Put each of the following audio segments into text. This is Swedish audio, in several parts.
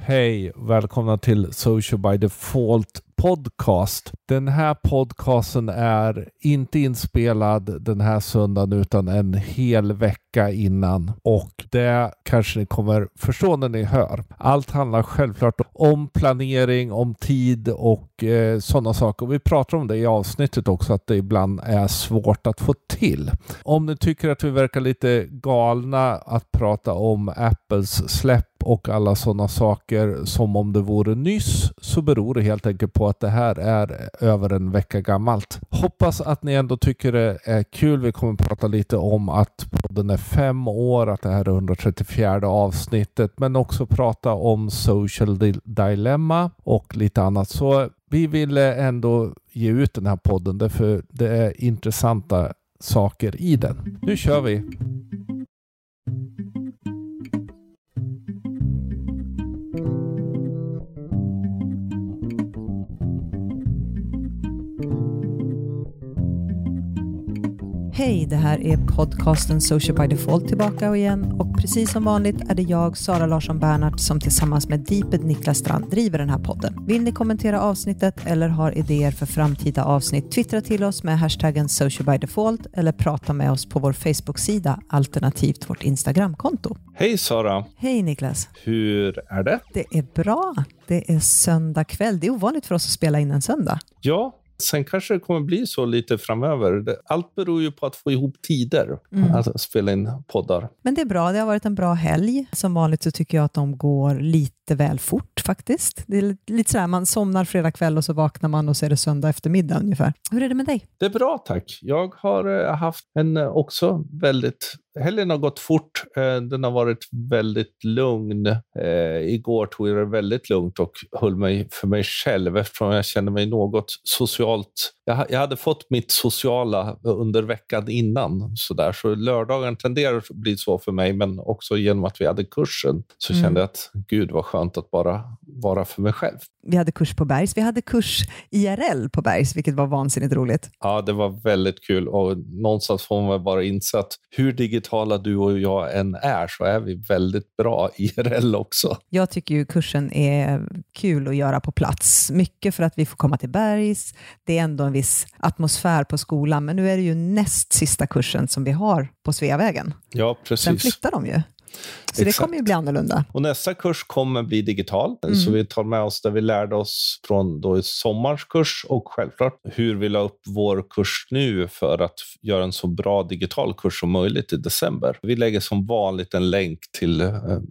Hej, välkomna till Social by Default podcast. Den här podcasten är inte inspelad den här söndagen utan en hel vecka innan. Och det kanske ni kommer förstå när ni hör. Allt handlar självklart om planering, om tid och sådana saker. Och vi pratar om det i avsnittet också, att det ibland är svårt att få till. Om ni tycker att vi verkar lite galna att prata om Apples släpp och alla sådana saker som om det vore nyss, så beror det helt enkelt på att det här är över en vecka gammalt. Hoppas att ni ändå tycker det är kul. Vi kommer att prata lite om att podden är 5 år, att det här är 134 avsnittet, men också prata om Social Dilemma och lite annat. Så vi ville ändå ge ut den här podden därför det är intressanta saker i den. Nu kör vi! Hej, det här är podcasten Social by Default tillbaka igen och precis som vanligt är det jag, Sara Larsson Bernhardt, som tillsammans med Deeped Niklas Strand driver den här podden. Vill ni kommentera avsnittet eller har idéer för framtida avsnitt, twittra till oss med hashtaggen Social by Default eller prata med oss på vår Facebook-sida alternativt vårt Instagram-konto. Hej Sara! Hej Niklas! Hur är det? Det är bra. Det är söndag kväll. Det är ovanligt för oss att spela in en söndag. Ja. Sen kanske det kommer bli så lite framöver. Allt beror ju på att få ihop tider att spela in poddar. Men det är bra, det har varit en bra helg. Som vanligt så tycker jag att de går lite väl fort faktiskt. Det är lite sådär, man somnar fredag kväll och så vaknar man och så är det söndag eftermiddag ungefär. Hur är det med dig? Det är bra, tack. Jag har haft en också väldigt... Helgen har gått fort. Den har varit väldigt lugn. Igår tog jag det väldigt lugnt och höll mig för mig själv eftersom jag kände mig något socialt. Jag hade fått mitt sociala under veckan innan. Så lördagen tenderar att bli så för mig, men också genom att vi hade kursen så kände jag att gud vad skönt att bara vara för mig själv. Vi hade kurs på Bergs. Vi hade kurs IRL på Bergs, vilket var vansinnigt roligt. Ja, det var väldigt kul och någonstans får man bara inse att hur digitala du och jag än är så är vi väldigt bra IRL också. Jag tycker ju kursen är kul att göra på plats. Mycket för att vi får komma till Bergs. Det är ändå en viss atmosfär på skolan, men nu är det ju näst sista kursen som vi har på Sveavägen. Ja, precis. Sen flyttar de ju. Så det kommer ju bli annorlunda. Och nästa kurs kommer bli digital. Så vi tar med oss det vi lärde oss från då sommarens kurs och självklart hur vi la upp vår kurs nu för att göra en så bra digital kurs som möjligt i december. Vi lägger som vanligt en länk till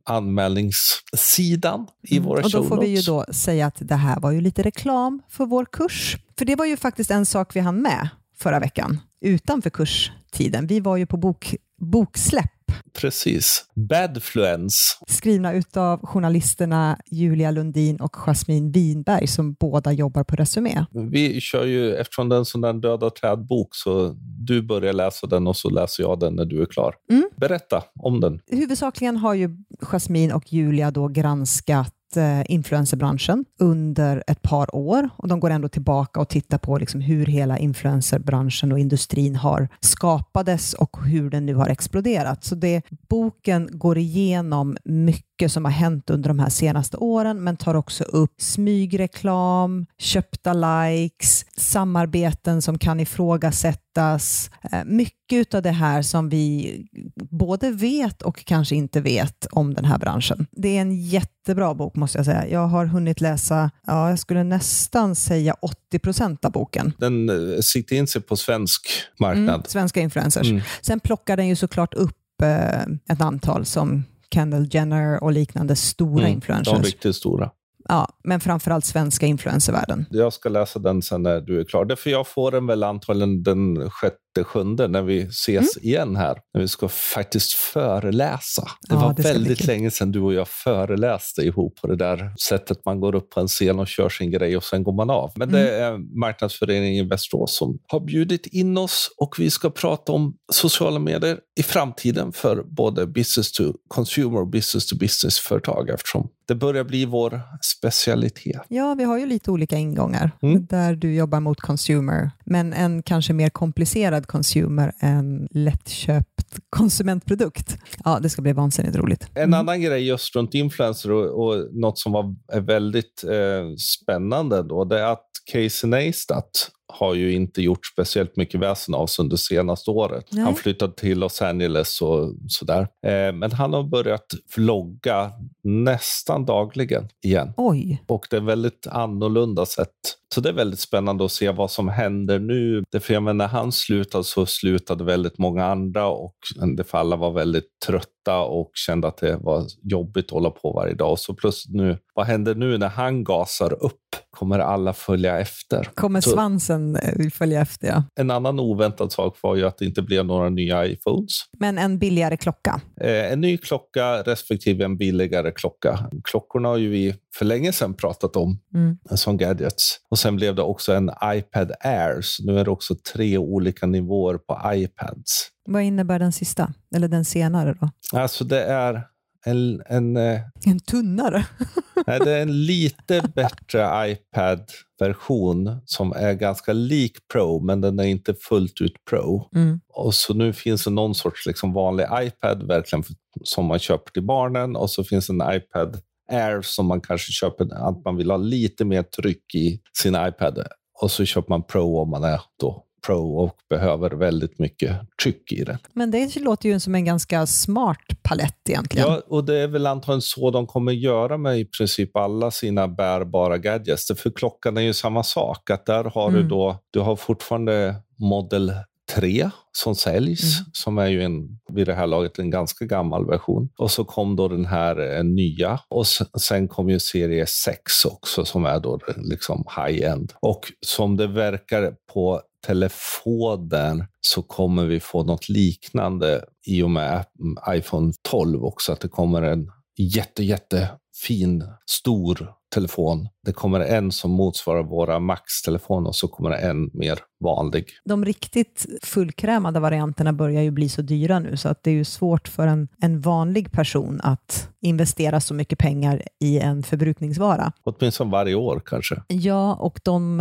anmälningssidan i våra show notes. Och då får vi ju då säga att det här var ju lite reklam för vår kurs. För det var ju faktiskt en sak vi hann med förra veckan utanför kurstiden. Vi var ju på boksläpp. Precis. Badfluence. Skrivna utav journalisterna Julia Lundin och Jasmine Winberg som båda jobbar på Resumé. Vi kör ju, eftersom det är en sån där döda trädbok, så du börjar läsa den och så läser jag den när du är klar. Berätta om den. Huvudsakligen har ju Jasmine och Julia då granskat influencerbranschen under ett par år och de går ändå tillbaka och tittar på liksom hur hela influencerbranschen och industrin har skapades och hur den nu har exploderat. Så boken går igenom mycket som har hänt under de här senaste åren, men tar också upp smygreklam, köpta likes, samarbeten som kan ifrågasättas. Mycket av det här som vi både vet och kanske inte vet om den här branschen. Det är en jättebra bok måste jag säga. Jag har hunnit läsa, jag skulle nästan säga 80% av boken. Den siktar in sig på svensk marknad. Svenska influencers. Sen plockar den ju såklart upp ett antal som Kendall Jenner och liknande stora influencers. De riktigt stora. Ja, men framförallt svenska influencervärlden. Jag ska läsa den sen när du är klar. Därför jag får den väl antagligen den 6-7 när vi ses igen här. När vi ska faktiskt föreläsa. Det var väldigt länge sedan du och jag föreläste ihop på det där sättet man går upp på en scen och kör sin grej och sen går man av. Men det är marknadsföreningen i Västerås som har bjudit in oss och vi ska prata om sociala medier i framtiden för både business to consumer och business to business företag eftersom det börjar bli vår specialitet. Ja, vi har ju lite olika ingångar där du jobbar mot consumer, men en kanske mer komplicerad consumer än lättköpt konsumentprodukt. Ja, det ska bli vansinnigt roligt. En annan grej just runt influencer och något som är väldigt spännande då, det är att Casey Neistat har ju inte gjort speciellt mycket väsen av sig under senaste året. Nej. Han flyttade till Los Angeles och sådär. Men han har börjat vlogga nästan dagligen igen. Oj. Och det är väldigt annorlunda sätt. Så det är väldigt spännande att se vad som händer nu. Därför jag menar, när han slutade så slutade väldigt många andra och en del alla var väldigt trötta och kände att det var jobbigt att hålla på varje dag. Så plötsligt nu, vad händer nu när han gasar upp? Kommer alla följa efter? Kommer svansen följa efter, ja. En annan oväntad sak var ju att det inte blev några nya iPhones. Men en billigare klocka. En ny klocka respektive en billigare klocka. Klockorna har ju vi för länge sedan pratat om som gadgets. Och sen blev det också en iPad Air. Så nu är det också 3 olika nivåer på iPads. Vad innebär den sista? Eller den senare då? Alltså det är en tunnare. Nej, det är en lite bättre iPad-version som är ganska lik Pro, men den är inte fullt ut Pro. Och så nu finns det någon sorts liksom vanlig iPad verkligen som man köper till barnen, och så finns en iPad Air som man kanske köper att man vill ha lite mer tryck i sin iPad, och så köper man Pro om man är då Pro och behöver väldigt mycket tryck i den. Men det låter ju som en ganska smart palett egentligen. Ja, och det är väl antagligen så de kommer göra med i princip alla sina bärbara gadgets. För klockan är ju samma sak. Att där har du har fortfarande Model 3 som säljs, som är ju vid det här laget en ganska gammal version. Och så kom då den här nya, och sen kom ju serie 6 också som är då liksom high-end. Och som det verkar på telefonen så kommer vi få något liknande i och med iPhone 12 också, att det kommer en jättefin stor telefon. Det kommer en som motsvarar våra Max-telefoner, och så kommer det en mer vanlig. De riktigt fullkrämade varianterna börjar ju bli så dyra nu, så att det är ju svårt för en vanlig person att investera så mycket pengar i en förbrukningsvara. Åtminstone varje år kanske. Ja, och de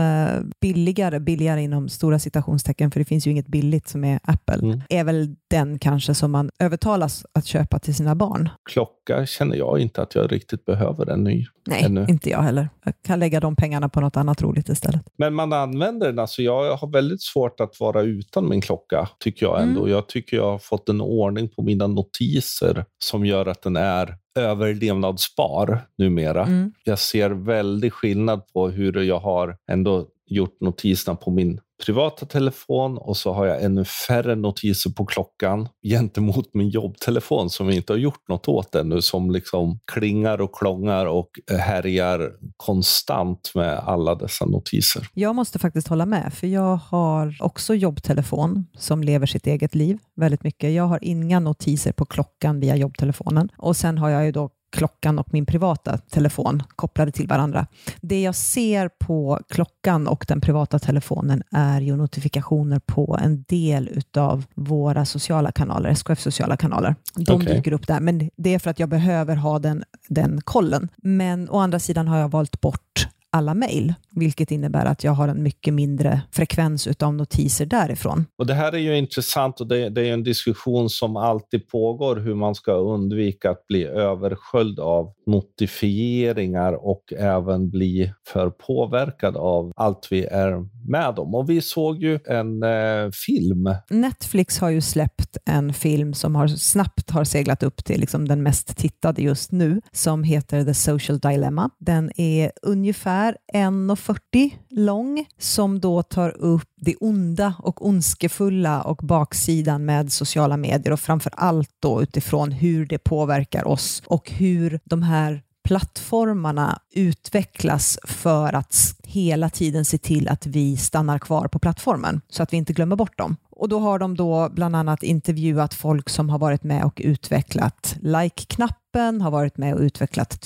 billigare inom stora citationstecken, för det finns ju inget billigt som är Apple, är väl den kanske som man övertalas att köpa till sina barn. Klocka känner jag inte att jag riktigt behöver en ny. Nej, ännu. Inte jag heller. Jag kan lägga de pengarna på något annat roligt istället. Men man använder den, alltså jag har väldigt svårt att vara utan min klocka, tycker jag ändå. Jag tycker jag har fått en ordning på mina notiser som gör att den är överlevnadsbar numera. Jag ser väldigt skillnad på hur jag har ändå gjort notiserna på min privata telefon, och så har jag ännu färre notiser på klockan gentemot min jobbtelefon som jag inte har gjort något åt ännu, som liksom klingar och klångar och härjar konstant med alla dessa notiser. Jag måste faktiskt hålla med, för jag har också jobbtelefon som lever sitt eget liv väldigt mycket. Jag har inga notiser på klockan via jobbtelefonen, och sen har jag ju då klockan och min privata telefon kopplade till varandra. Det jag ser på klockan och den privata telefonen är ju notifikationer på en del utav våra sociala kanaler, SKF sociala kanaler. De dyker upp där, men det är för att jag behöver ha den kollen. Men å andra sidan har jag valt bort alla mejl, vilket innebär att jag har en mycket mindre frekvens utav notiser därifrån. Och det här är ju intressant, och det är en diskussion som alltid pågår, hur man ska undvika att bli översköljd av notifieringar och även bli för påverkad av allt vi är med om. Och vi såg ju en film. Netflix har ju släppt en film som snabbt har seglat upp till liksom den mest tittade just nu, som heter The Social Dilemma. Den är ungefär 1,40 lång, som då tar upp det onda och ondskefulla och baksidan med sociala medier, och framför allt då utifrån hur det påverkar oss och hur de här plattformarna utvecklas för att hela tiden se till att vi stannar kvar på plattformen så att vi inte glömmer bort dem. Och då har de då bland annat intervjuat folk som har varit med och utvecklat like-knappen, har varit med och utvecklat Twitter,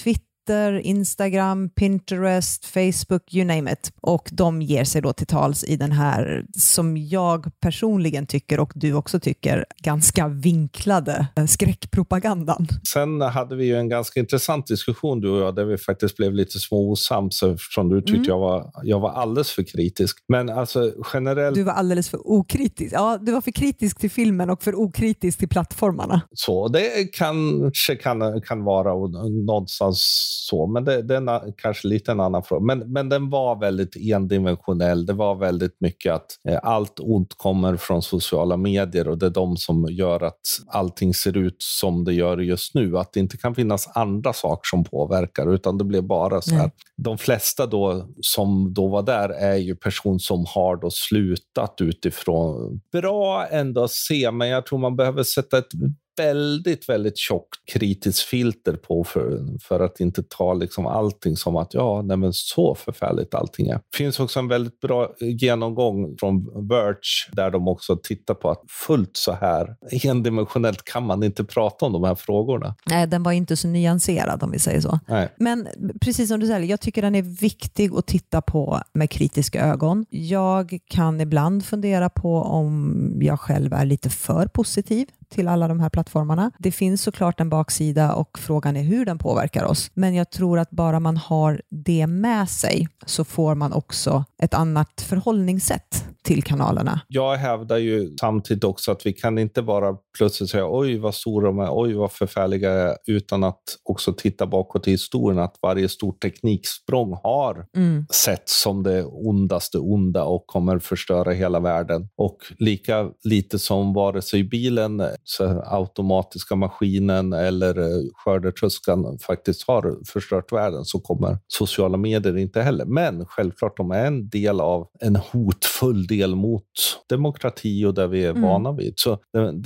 Twitter, Instagram, Pinterest, Facebook, you name it. Och de ger sig då till tals i den här, som jag personligen tycker och du också tycker, ganska vinklade skräckpropagandan. Sen hade vi ju en ganska intressant diskussion du och jag, där vi faktiskt blev lite små osams eftersom du tyckte jag var alldeles för kritisk. Men alltså generellt... Du var alldeles för okritisk. Ja, du var för kritisk till filmen och för okritisk till plattformarna. Så det kanske kan vara någonstans så, men det är kanske lite en annan fråga. Men den var väldigt endimensionell. Det var väldigt mycket att allt ont kommer från sociala medier och det är de som gör att allting ser ut som det gör just nu. Att det inte kan finnas andra saker som påverkar, utan det blir bara så här. De flesta då som då var där är ju personer som har då slutat utifrån. Bra ändå att se, men jag tror man behöver sätta ett väldigt, väldigt tjockt kritiskt filter på för att inte ta liksom allting som att men så förfärligt allting är. Det finns också en väldigt bra genomgång från Verge där de också tittar på att fullt så här endimensionellt kan man inte prata om de här frågorna. Nej, den var inte så nyanserad om vi säger så. Nej. Men precis som du säger, jag tycker den är viktig att titta på med kritiska ögon. Jag kan ibland fundera på om jag själv är lite för positiv till alla de här plattformarna. Det finns såklart en baksida och frågan är hur den påverkar oss. Men jag tror att bara man har det med sig så får man också ett annat förhållningssätt till kanalerna. Jag hävdar ju samtidigt också att vi kan inte bara plötsligt säga oj vad stora de är, oj vad förfärliga är, utan att också titta bakåt i historien att varje stort tekniksprång har sett som det ondaste onda och kommer förstöra hela världen. Och lika lite som vare sig bilen, så automatiska maskinen eller skördetröskan faktiskt har förstört världen, så kommer sociala medier inte heller. Men självklart de är en del av en hotfull del mot demokrati och där vi är vana vid. Så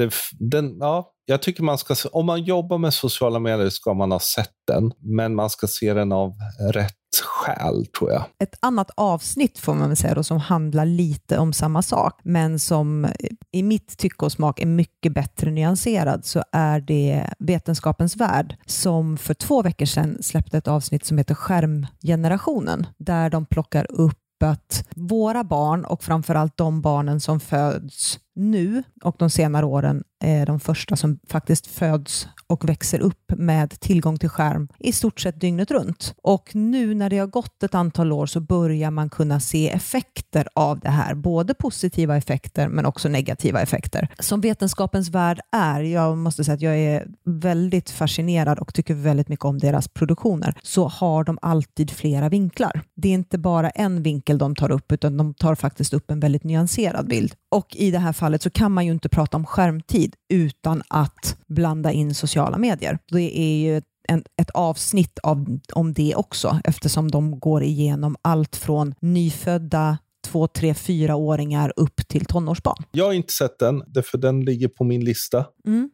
jag tycker man ska, om man jobbar med sociala medier ska man ha sett den, men man ska se den av rätt skäl, tror jag. Ett annat avsnitt får man väl säga då, som handlar lite om samma sak, men som i mitt tycke och smak är mycket bättre nyanserad, så är det Vetenskapens värld som för 2 veckor sedan släppte ett avsnitt som heter Skärmgenerationen, där de plockar upp att våra barn och framförallt de barnen som föds nu och de senare åren är de första som faktiskt föds och växer upp med tillgång till skärm i stort sett dygnet runt. Och nu när det har gått ett antal år så börjar man kunna se effekter av det här. Både positiva effekter men också negativa effekter. Som Vetenskapens värld är, jag måste säga att jag är väldigt fascinerad och tycker väldigt mycket om deras produktioner, så har de alltid flera vinklar. Det är inte bara en vinkel de tar upp, utan de tar faktiskt upp en väldigt nyanserad bild. Och i det här fallet så kan man ju inte prata om skärmtid utan att blanda in sociala medier. Det är ju ett avsnitt om det också, eftersom de går igenom allt från nyfödda 2, 3, 4-åringar upp till tonårsbarn. Jag har inte sett den, för den ligger på min lista.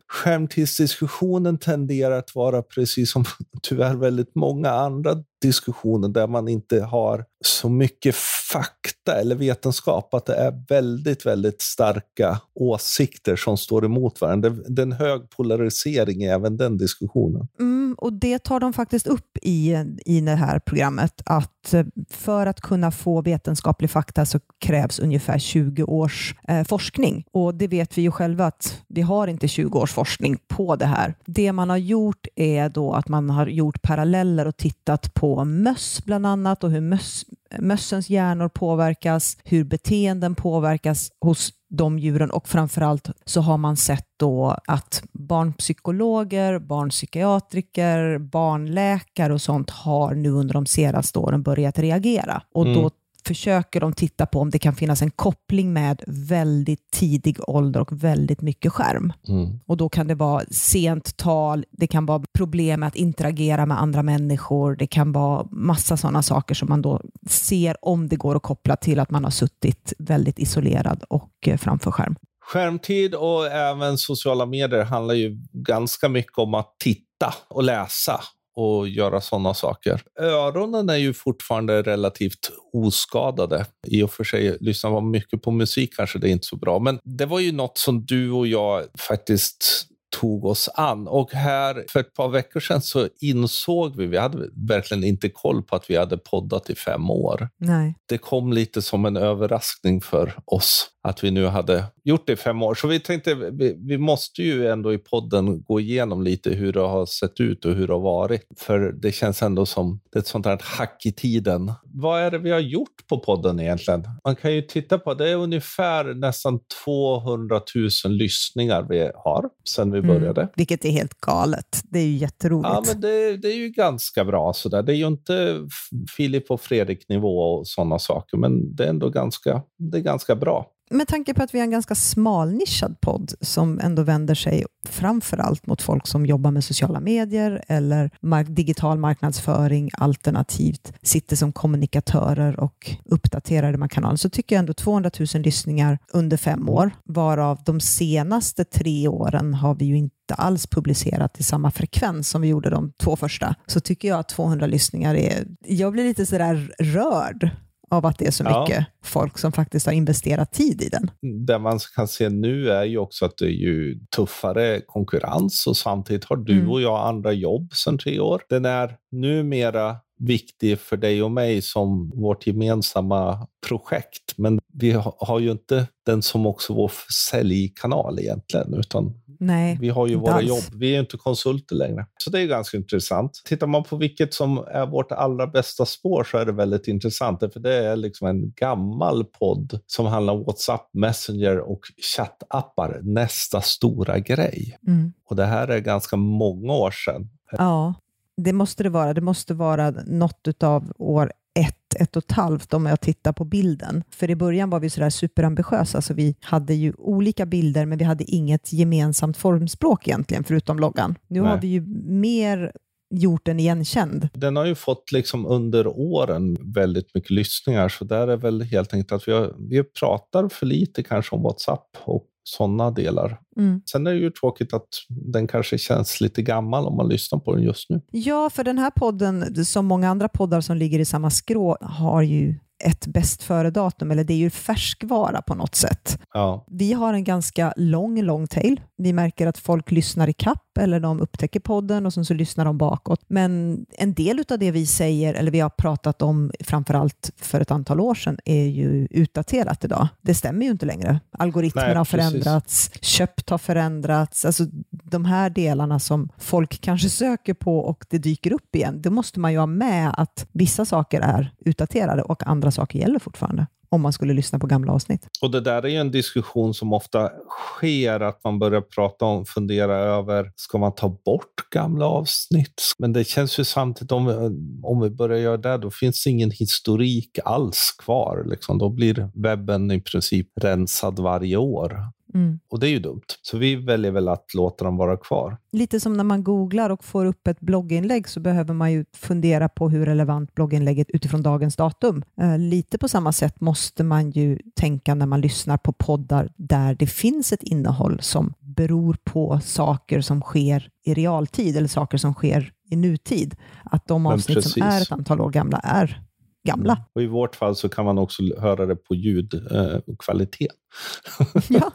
Skärmtidsdiskussionen tenderar att vara precis som tyvärr väldigt många andra diskussioner där man inte har så mycket fakta eller vetenskap, att det är väldigt, väldigt starka åsikter som står emot varandra. Det är en hög polarisering i även den diskussionen. Och det tar de faktiskt upp i det här programmet, att för att kunna få vetenskaplig fakta så krävs ungefär 20 års forskning. Och det vet vi ju själva att vi har inte 20 års forskning på det här. Det man har gjort är då att man har gjort paralleller och tittat på möss bland annat och hur mössens hjärnor påverkas, hur beteenden påverkas hos de djuren, och framförallt så har man sett då att barnpsykologer, barnpsykiatriker, barnläkare och sånt har nu under de senaste åren börjat reagera. Och då försöker de titta på om det kan finnas en koppling med väldigt tidig ålder och väldigt mycket skärm. Och då kan det vara sent tal, det kan vara problem med att interagera med andra människor, det kan vara massa sådana saker som man då ser om det går att koppla till att man har suttit väldigt isolerad och framför skärm. Skärmtid och även sociala medier handlar ju ganska mycket om att titta och läsa och göra sådana saker. Öronen är ju fortfarande relativt oskadade. I och för sig, lyssna mycket på musik kanske det är inte så bra. Men det var ju något som du och jag faktiskt tog oss an. Och här för ett par veckor sedan så insåg vi hade verkligen inte koll på att vi hade poddat i 5 år. Nej. Det kom lite som en överraskning för oss att vi nu hade gjort det i 5 år. Så vi tänkte, vi måste ju ändå i podden gå igenom lite hur det har sett ut och hur det har varit. För det känns ändå som det är ett sånt här hack i tiden. Vad är det vi har gjort på podden egentligen? Man kan ju titta på, det är ungefär nästan 200 000 lyssningar vi har sedan vi började. Vilket är helt galet. Det är ju jätteroligt. Ja, men det är ju ganska bra sådär. Det är ju inte Filip och Fredrik nivå och sådana saker, men det är ändå ganska bra. Med tanke på att vi är en ganska smalnischad podd som ändå vänder sig framförallt mot folk som jobbar med sociala medier eller digital marknadsföring, alternativt sitter som kommunikatörer och uppdaterar de här kanalerna, så tycker jag ändå 200 000 lyssningar under 5 år, varav de senaste 3 åren har vi ju inte alls publicerat i samma frekvens som vi gjorde de 2 första. Så tycker jag att 200 lyssningar jag blir lite sådär rörd av att det är så mycket folk som faktiskt har investerat tid i den. Det man kan se nu är ju också att det är ju tuffare konkurrens och samtidigt har du och jag andra jobb sedan 3 år. Den är numera viktig för dig och mig som vårt gemensamma projekt, men vi har ju inte den som också vår säljkanal egentligen, utan nej, vi har ju våra jobb. Vi är inte konsulter längre. Så det är ganska intressant. Tittar man på vilket som är vårt allra bästa spår så är det väldigt intressant. För det är liksom en gammal podd som handlar om WhatsApp, Messenger och chattappar. Nästa stora grej. Och det här är ganska många år sedan. Ja, det måste det vara. Det måste vara något av år 1,5 om jag tittar på bilden. För i början var vi sådär superambitiösa, så vi hade ju olika bilder men vi hade inget gemensamt formspråk egentligen förutom loggan. Nu har vi ju mer gjort den igenkänd. Den har ju fått liksom under åren väldigt mycket lyssningar, så där är väl helt enkelt att vi pratar för lite kanske om WhatsApp och sådana delar. Sen är det ju tråkigt att den kanske känns lite gammal om man lyssnar på den just nu. Ja, för den här podden, som många andra poddar som ligger i samma skrå, har ju ett bäst före datum, eller det är ju färskvara på något sätt. Ja. Vi har en ganska lång tail. Vi märker att folk lyssnar i kapp eller de upptäcker podden och så lyssnar de bakåt. Men en del av det vi säger, eller vi har pratat om framförallt för ett antal år sedan, är ju utdaterat idag. Det stämmer ju inte längre. Algoritmer har förändrats, köpt har förändrats. Alltså de här delarna som folk kanske söker på och det dyker upp igen. Då måste man ju ha med att vissa saker är utdaterade och andra saker gäller fortfarande, om man skulle lyssna på gamla avsnitt. Och det där är ju en diskussion som ofta sker, att man börjar prata om, fundera över, ska man ta bort gamla avsnitt? Men det känns ju samtidigt, om vi börjar göra det, då finns ingen historik alls kvar. Liksom. Då blir webben i princip rensad varje år. Och det är ju dumt. Så vi väljer väl att låta dem vara kvar. Lite som när man googlar och får upp ett blogginlägg, så behöver man ju fundera på hur relevant blogginlägget utifrån dagens datum. Lite på samma sätt måste man ju tänka när man lyssnar på poddar där det finns ett innehåll som beror på saker som sker i realtid eller saker som sker i nutid. Att de avsnitt som är ett antal år gamla är gamla. Och i vårt fall så kan man också höra det på ljudkvalitet. Ja.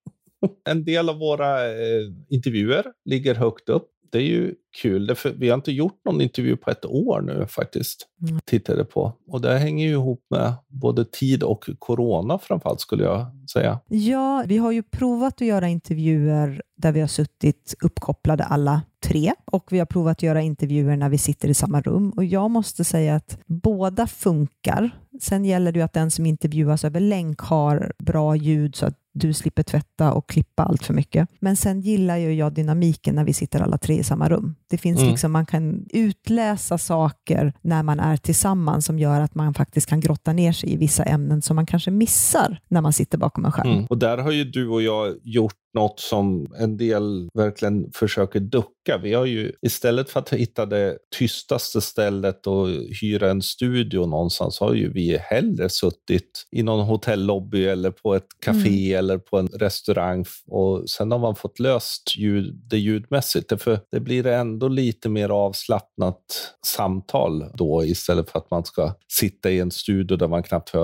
En del av våra intervjuer ligger högt upp. Det är ju kul, för vi har inte gjort någon intervju på 1 år nu faktiskt. Tittade på. Och det hänger ju ihop med både tid och corona framförallt, skulle jag säga. Ja, vi har ju provat att göra intervjuer där vi har suttit uppkopplade alla 3. Och vi har provat att göra intervjuer när vi sitter i samma rum. Och jag måste säga att båda funkar. Sen gäller det ju att den som intervjuas över länk har bra ljud så att du slipper tvätta och klippa allt för mycket. Men sen gillar ju jag dynamiken när vi sitter alla 3 i samma rum. Det finns liksom, man kan utläsa saker när man är tillsammans som gör att man faktiskt kan grotta ner sig i vissa ämnen som man kanske missar när man sitter bakom en skärm. Och där har ju du och jag gjort något som en del verkligen försöker ducka. Vi har ju istället för att hitta det tystaste stället och hyra en studio någonstans, har ju vi hellre suttit i någon hotellobby eller på ett café eller på en restaurang, och sen har man fått löst det ljudmässigt. För det blir ändå lite mer avslappnat samtal då, istället för att man ska sitta i en studio där man knappt hör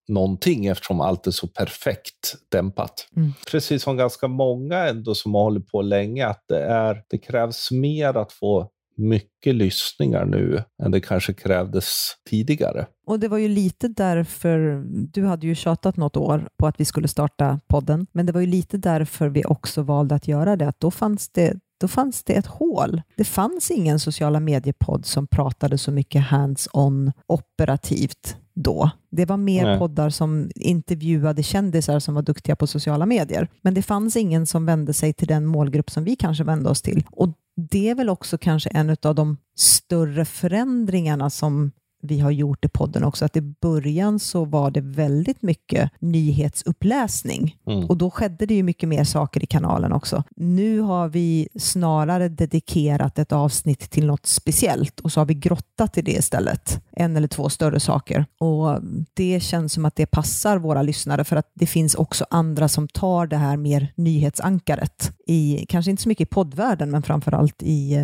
någonting eftersom allt är så perfekt dämpat. Precis som ganska många ändå som har hållit på länge, att det krävs mer att få mycket lyssningar nu än det kanske krävdes tidigare. Och det var ju lite därför, du hade ju tjatat något år på att vi skulle starta podden, men det var ju lite därför vi också valde att göra det, att då fanns det ett hål. Det fanns ingen sociala mediepodd som pratade så mycket hands-on operativt då. Det var mer poddar som intervjuade kändisar som var duktiga på sociala medier. Men det fanns ingen som vände sig till den målgrupp som vi kanske vände oss till. Och det är väl också kanske en av de större förändringarna som vi har gjort i podden också, att i början så var det väldigt mycket nyhetsuppläsning och då skedde det ju mycket mer saker i kanalen också. Nu har vi snarare dedikerat ett avsnitt till något speciellt och så har vi grottat i det istället. 1 eller 2 större saker, och det känns som att det passar våra lyssnare, för att det finns också andra som tar det här mer nyhetsankaret i, kanske inte så mycket i poddvärlden, men framförallt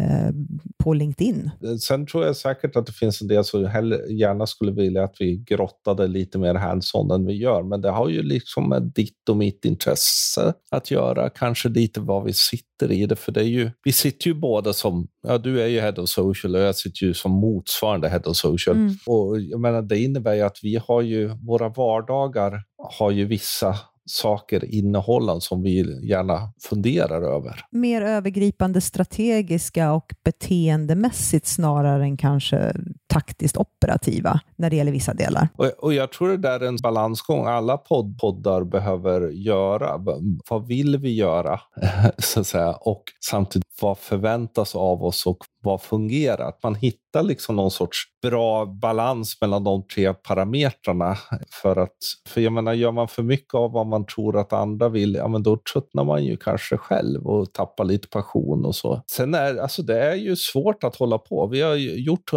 på LinkedIn. Sen tror jag säkert att det finns en del som gärna skulle vilja att vi grottade lite mer hands-on än vi gör, men det har ju liksom med ditt och mitt intresse att göra, kanske lite vad vi sitter i det, för det är ju, vi sitter ju båda som, du är ju head of social och jag sitter ju som motsvarande head of social, och jag menar, det innebär ju att vi har ju, våra vardagar har ju vissa saker innehållen som vi gärna funderar över. Mer övergripande strategiska och beteendemässigt snarare än kanske taktiskt operativa när det gäller vissa delar. Och jag tror det där är en balansgång alla poddar behöver göra. Vad vill vi göra så att säga, och samtidigt vad förväntas av oss och vad fungerar? Att man hittar liksom någon sorts bra balans mellan de 3 parametrarna, för jag menar, gör man för mycket av vad man tror att andra vill, ja men då tröttnar man ju kanske själv och tappar lite passion och så. Sen det är ju svårt att hålla på. Vi har gjort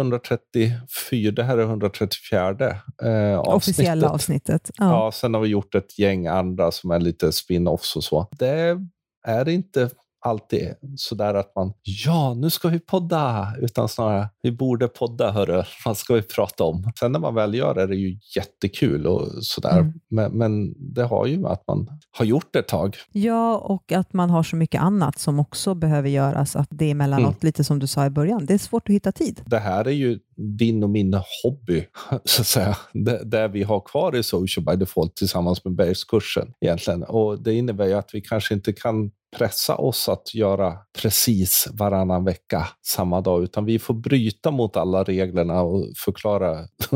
134, det här är 134 officiella avsnittet. Ja, sen har vi gjort ett gäng andra som är lite spin-offs och så. Det är inte alltid sådär att man, nu ska vi podda, utan snarare, vi borde podda, hörru, vad ska vi prata om? Sen när man väl gör det är det ju jättekul och sådär, men det har ju med att man har gjort det ett tag. Ja, och att man har så mycket annat som också behöver göras, att det är emellanåt, lite som du sa i början, det är svårt att hitta tid. Det här är ju din och min hobby, så att säga, det vi har kvar i Social by Default tillsammans med Bergskursen egentligen, och det innebär ju att vi kanske inte kan pressa oss att göra precis varannan vecka samma dag, utan vi får bryta mot alla reglerna och förklara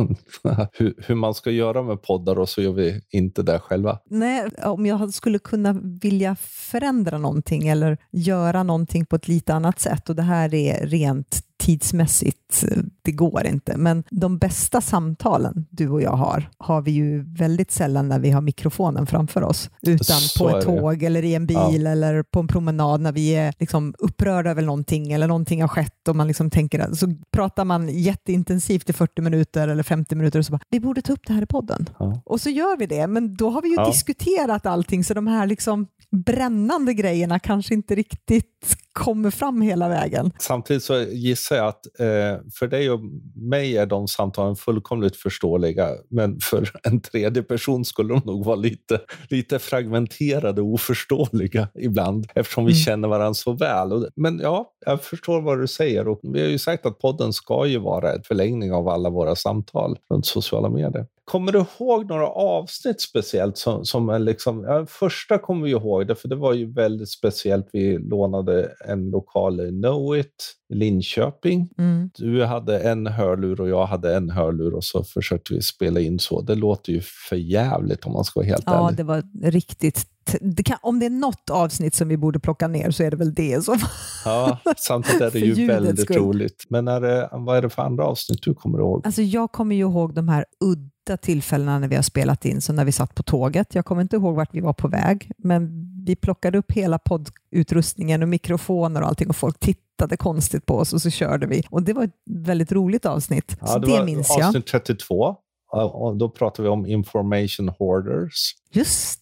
hur man ska göra med poddar, och så gör vi inte det själva. Nej, om jag skulle kunna vilja förändra någonting eller göra någonting på ett lite annat sätt, och det här är rent tidsmässigt, det går inte. Men de bästa samtalen du och jag har vi ju väldigt sällan när vi har mikrofonen framför oss, utan så på ett tåg eller i en bil eller på en promenad när vi är liksom upprörda över någonting eller någonting har skett och man liksom tänker, så pratar man jätteintensivt i 40 minuter eller 50 minuter och så bara, vi borde ta upp det här i podden. Och så gör vi det, men då har vi ju diskuterat allting, så de här liksom brännande grejerna kanske inte riktigt kommer fram hela vägen. Samtidigt så gissar jag att för dig och mig är de samtalen fullkomligt förståeliga, men för en tredje person skulle de nog vara lite fragmenterade och oförståeliga ibland, eftersom vi känner varandra så väl. Men ja, jag förstår vad du säger, och vi har ju sagt att podden ska ju vara en förlängning av alla våra samtal runt sociala medier. Kommer du ihåg några avsnitt speciellt som är liksom, första kommer vi ihåg det, för det var ju väldigt speciellt. Vi lånade en lokal i Knowit i Linköping. Du hade en hörlur och jag hade en hörlur, och så försökte vi spela in så. Det låter ju för jävligt om man ska vara helt ärlig. Ja, det var riktigt. Om det är något avsnitt som vi borde plocka ner så är det väl det. Ja, samtidigt är det ju väldigt roligt. Men vad är det för andra avsnitt du kommer ihåg? Alltså jag kommer ju ihåg de här udda tillfällena när vi har spelat in, så när vi satt på tåget. Jag kommer inte ihåg vart vi var på väg, men vi plockade upp hela poddutrustningen och mikrofoner och allting, och folk tittade konstigt på oss, och så körde vi. Och det var ett väldigt roligt avsnitt. Ja, så det minns jag. Avsnitt 32. Och då pratar vi om information hoarders. Just det.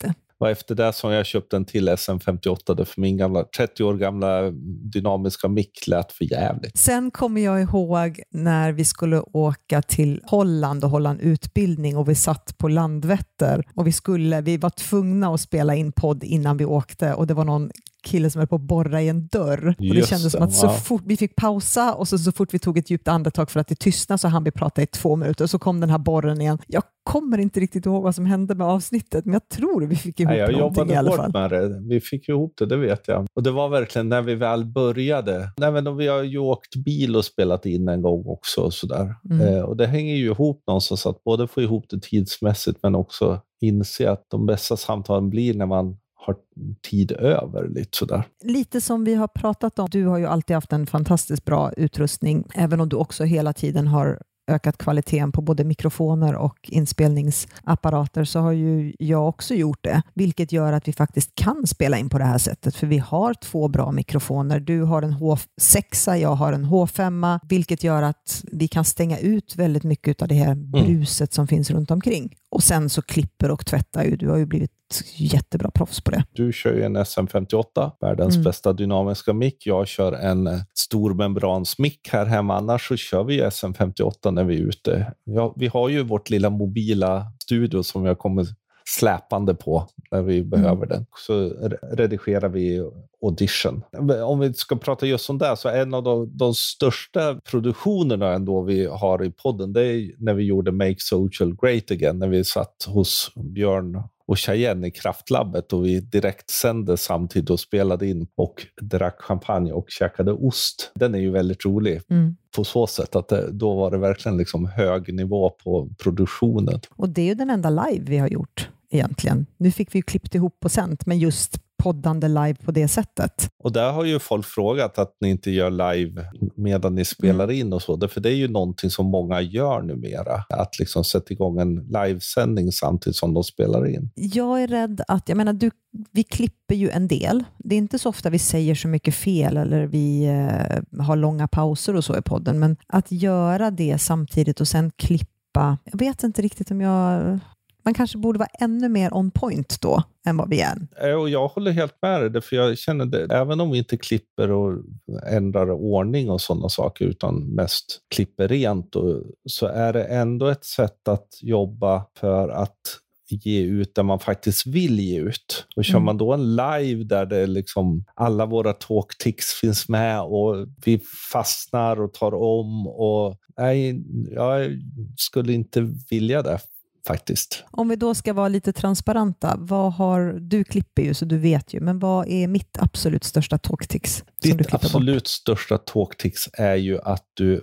Och efter det så har jag köpt en till SM58 för min 30 år gamla dynamiska mick lät för jävligt. Sen kommer jag ihåg när vi skulle åka till Holland och hålla en utbildning och vi satt på Landvetter och vi var tvungna att spela in podd innan vi åkte och det var någon kille som höll på att borra i en dörr. Och det kändes som att så fort vi fick pausa och så fort vi tog ett djupt andetag för att det tystnade så hann vi prata i 2 minuter och så kom den här borren igen. Jag kommer inte riktigt ihåg vad som hände med avsnittet, men jag tror vi fick ihop någonting i alla fall. Jag jobbade hårt med det. Vi fick ihop det vet jag. Och det var verkligen när vi väl började. Även vi har ju åkt bil och spelat in en gång också. Och sådär. Och det hänger ju ihop någonstans att både få ihop det tidsmässigt men också inse att de bästa samtalen blir när man har tid över lite sådär. Lite som vi har pratat om, du har ju alltid haft en fantastiskt bra utrustning, även om du också hela tiden har ökat kvaliteten på både mikrofoner och inspelningsapparater så har ju jag också gjort det, vilket gör att vi faktiskt kan spela in på det här sättet, för vi har 2 bra mikrofoner. Du har en H6, jag har en H5, vilket gör att vi kan stänga ut väldigt mycket av det här bruset som finns runt omkring. Och sen så klipper och tvättar ju, du har ju blivit jättebra proffs på det. Du kör ju en SM58, världens bästa dynamiska mick. Jag kör en stor membransmick här hemma. Annars så kör vi SM58 när vi är ute. Vi har ju vårt lilla mobila studio som jag kommer släpande på när vi behöver den. Så redigerar vi Audition. Om vi ska prata just om det så en av de största produktionerna ändå vi har i podden, det är när vi gjorde Make Social Great Again, när vi satt hos Björn och Cheyenne i Kraftlabbet och vi direkt sände samtidigt och spelade in och drack champagne och käkade ost. Den är ju väldigt rolig på så sätt att då var det verkligen liksom hög nivå på produktionen. Och det är ju den enda live vi har gjort egentligen. Nu fick vi ju klippt ihop på sänt, men just poddande live på det sättet. Och där har ju folk frågat att ni inte gör live medan ni spelar in och så. För det är ju någonting som många gör numera. Att liksom sätta igång en livesändning samtidigt som de spelar in. Jag är rädd att, vi klipper ju en del. Det är inte så ofta vi säger så mycket fel eller vi har långa pauser och så i podden. Men att göra det samtidigt och sen klippa, jag vet inte riktigt om man kanske borde vara ännu mer on point då än vad vi är. Och jag håller helt med dig, för jag känner det, även om vi inte klipper och ändrar ordning och sådana saker utan mest klipper rent, så är det ändå ett sätt att jobba för att ge ut där man faktiskt vill ge ut. Och kör man då en live där det liksom alla våra talkticks finns med och vi fastnar och tar om och nej, jag skulle inte vilja det faktiskt. Om vi då ska vara lite transparenta, du klipper ju så du vet ju, men vad är mitt absolut största talktics? Ditt absolut största talktics är ju att du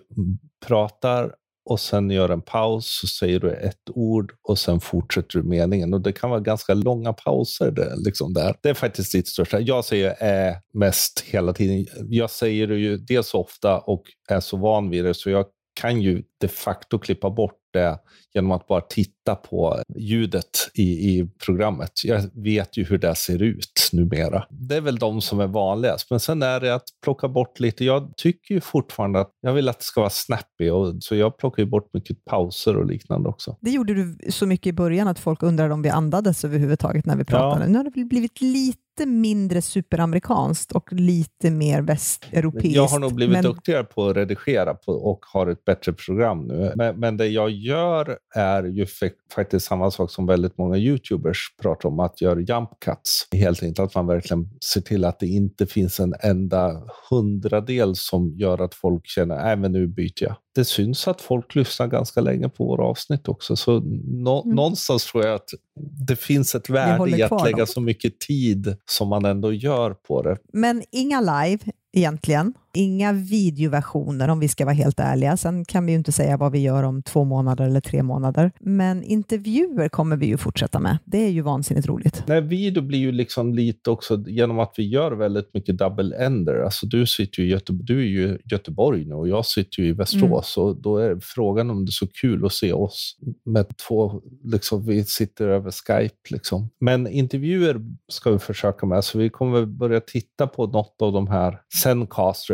pratar och sen gör en paus, så säger du ett ord och sen fortsätter du meningen. Och det kan vara ganska långa pauser liksom där. Det är faktiskt ditt största. Jag säger mest hela tiden. Jag säger det ju det så ofta och är så van vid det, så jag kan ju de facto klippa bort det genom att bara titta på ljudet i programmet. Jag vet ju hur det ser ut numera. Det är väl de som är vanligast. Men sen är det att plocka bort lite. Jag tycker ju fortfarande att jag vill att det ska vara snappy. Så jag plockar ju bort mycket pauser och liknande också. Det gjorde du så mycket i början att folk undrade om vi andades överhuvudtaget när vi pratade. Ja. Nu har det blivit lite mindre superamerikanskt och lite mer västeuropeiskt. Jag har nog blivit duktigare på att redigera och har ett bättre program nu. Men det jag gör är ju faktiskt samma sak som väldigt många YouTubers pratar om, att göra jump cuts. Helt enkelt att man verkligen ser till att det inte finns en enda 100-del som gör att folk känner, men nu byter jag. Det syns att folk lyssnar ganska länge på våra avsnitt också. Så någonstans tror jag att det finns ett värde i att lägga så mycket tid som man ändå gör på det. Men inga live egentligen. Inga videoversioner om vi ska vara helt ärliga. Sen kan vi ju inte säga vad vi gör om 2 månader eller 3 månader. Men intervjuer kommer vi ju fortsätta med. Det är ju vansinnigt roligt. Nej, video blir ju liksom lite också genom att vi gör väldigt mycket double-ender. Alltså du är ju i Göteborg nu och jag sitter ju i Västerås. Och då är frågan om det är så kul att se oss med 2, liksom vi sitter över Skype liksom. Men intervjuer ska vi försöka med. Så vi kommer börja titta på något av de här Zencaster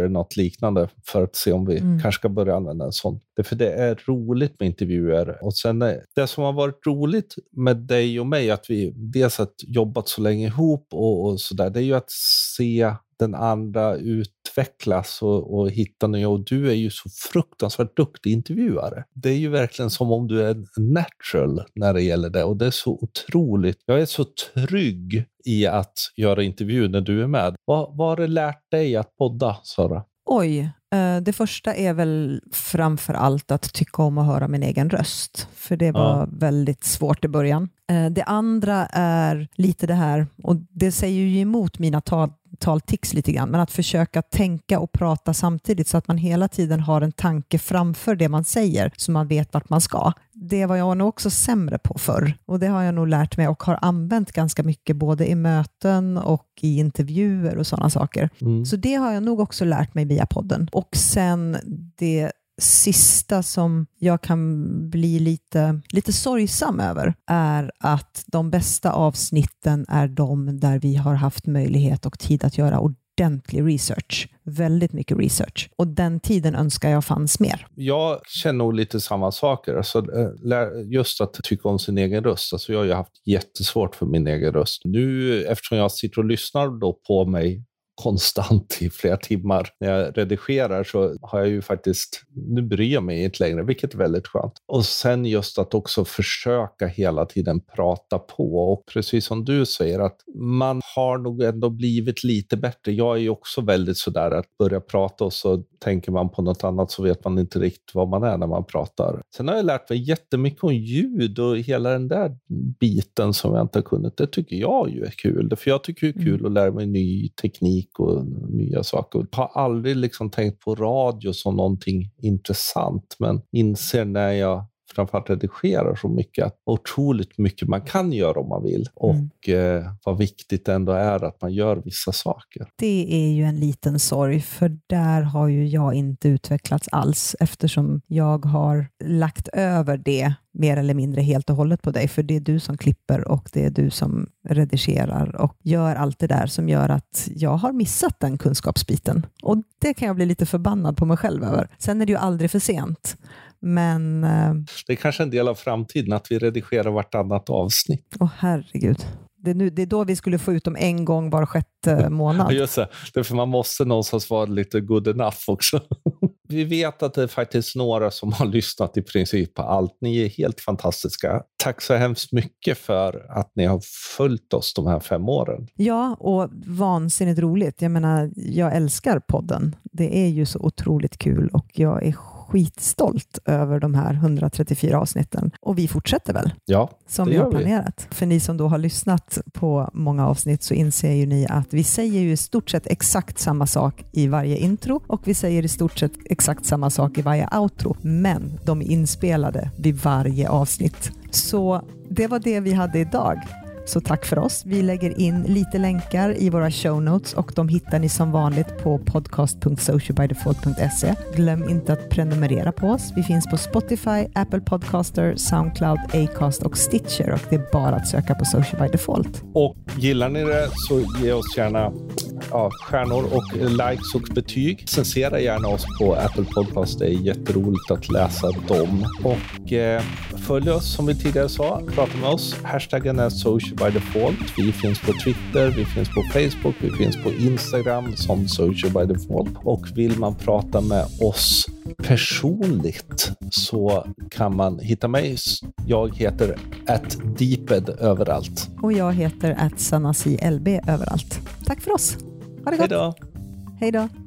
eller något liknande för att se om vi kanske ska börja använda en sån. För det är roligt med intervjuer. Och sen det som har varit roligt med dig och mig, att vi dels har jobbat så länge ihop och sådär, det är ju att se den andra utvecklas och hitta nya. Och du är ju så fruktansvärt duktig intervjuare. Det är ju verkligen som om du är natural när det gäller det. Och det är så otroligt. Jag är så trygg i att göra intervju när du är med. Vad har det lärt dig att podda, Sara? Oj, det första är väl framför allt att tycka om att höra min egen röst. För det var väldigt svårt i början. Det andra är lite det här, och det säger ju emot mina taltics lite grann, men att försöka tänka och prata samtidigt så att man hela tiden har en tanke framför det man säger så man vet vart man ska. Det var jag nog också sämre på förr, och det har jag nog lärt mig och har använt ganska mycket både i möten och i intervjuer och sådana saker. Så det har jag nog också lärt mig via podden. Och sen det sista som jag kan bli lite sorgsam över är att de bästa avsnitten är de där vi har haft möjlighet och tid att göra ordentlig research. Väldigt mycket research. Och den tiden önskar jag fanns mer. Jag känner nog lite samma saker. Alltså, just att tycka om sin egen röst. Alltså, jag har ju haft jättesvårt för min egen röst. Nu, eftersom jag sitter och lyssnar då på mig konstant i flera timmar när jag redigerar, så har jag ju faktiskt, nu bryr jag mig inte längre, vilket är väldigt skönt. Och sen just att också försöka hela tiden prata på, och precis som du säger att man har nog ändå blivit lite bättre. Jag är ju också väldigt sådär att börja prata och så tänker man på något annat så vet man inte riktigt vad man är när man pratar. Sen har jag lärt mig jättemycket om ljud och hela den där biten som jag inte har kunnat. Det tycker jag ju är kul, för jag tycker det är kul att lära mig ny teknik och nya saker. Jag har aldrig liksom tänkt på radio som någonting intressant, men inser när jag framförallt redigerar så mycket att otroligt mycket man kan göra om man vill, och vad viktigt det ändå är att man gör vissa saker. Det är ju en liten sorg, för där har ju jag inte utvecklats alls, eftersom jag har lagt över det mer eller mindre helt och hållet på dig, för det är du som klipper och det är du som redigerar och gör allt det där som gör att jag har missat den kunskapsbiten, och det kan jag bli lite förbannad på mig själv över. Sen är det ju aldrig för sent, men det är kanske en del av framtiden att vi redigerar vartannat avsnitt. Herregud. Det är då vi skulle få ut dem en gång var 6:e månad. Just det. Därför man måste någonstans vara lite good enough också. Vi vet att det är faktiskt några som har lyssnat i princip på allt. Ni är helt fantastiska. Tack så hemskt mycket för att ni har följt oss de här 5 åren. Ja, och vansinnigt roligt. Jag menar, jag älskar podden. Det är ju så otroligt kul, och jag är skitstolt över de här 134 avsnitten. Och vi fortsätter väl? Ja, som vi har planerat. För ni som då har lyssnat på många avsnitt så inser ju ni att vi säger ju i stort sett exakt samma sak i varje intro, och vi säger i stort sett exakt samma sak i varje outro. Men de är inspelade vid varje avsnitt. Så det var det vi hade idag. Så tack för oss. Vi lägger in lite länkar i våra show notes, och de hittar ni som vanligt på podcast.socialbydefault.se. Glöm inte att prenumerera på oss. Vi finns på Spotify, Apple Podcaster, Soundcloud, Acast och Stitcher, och det är bara att söka på Social by Default. Och gillar ni det så ge oss gärna stjärnor och likes och betyg. Censera gärna oss på Apple Podcast. Det är jätteroligt att läsa dem. Och följ oss som vi tidigare sa. Prata med oss. Hashtaggen är Social by Default. Vi finns på Twitter, vi finns på Facebook, vi finns på Instagram som Social by Default. Och vill man prata med oss personligt så kan man hitta mig. Jag heter @deeped överallt. Och jag heter @sanasi LB överallt. Tack för oss. Ha det gott. Hej då. Hej då.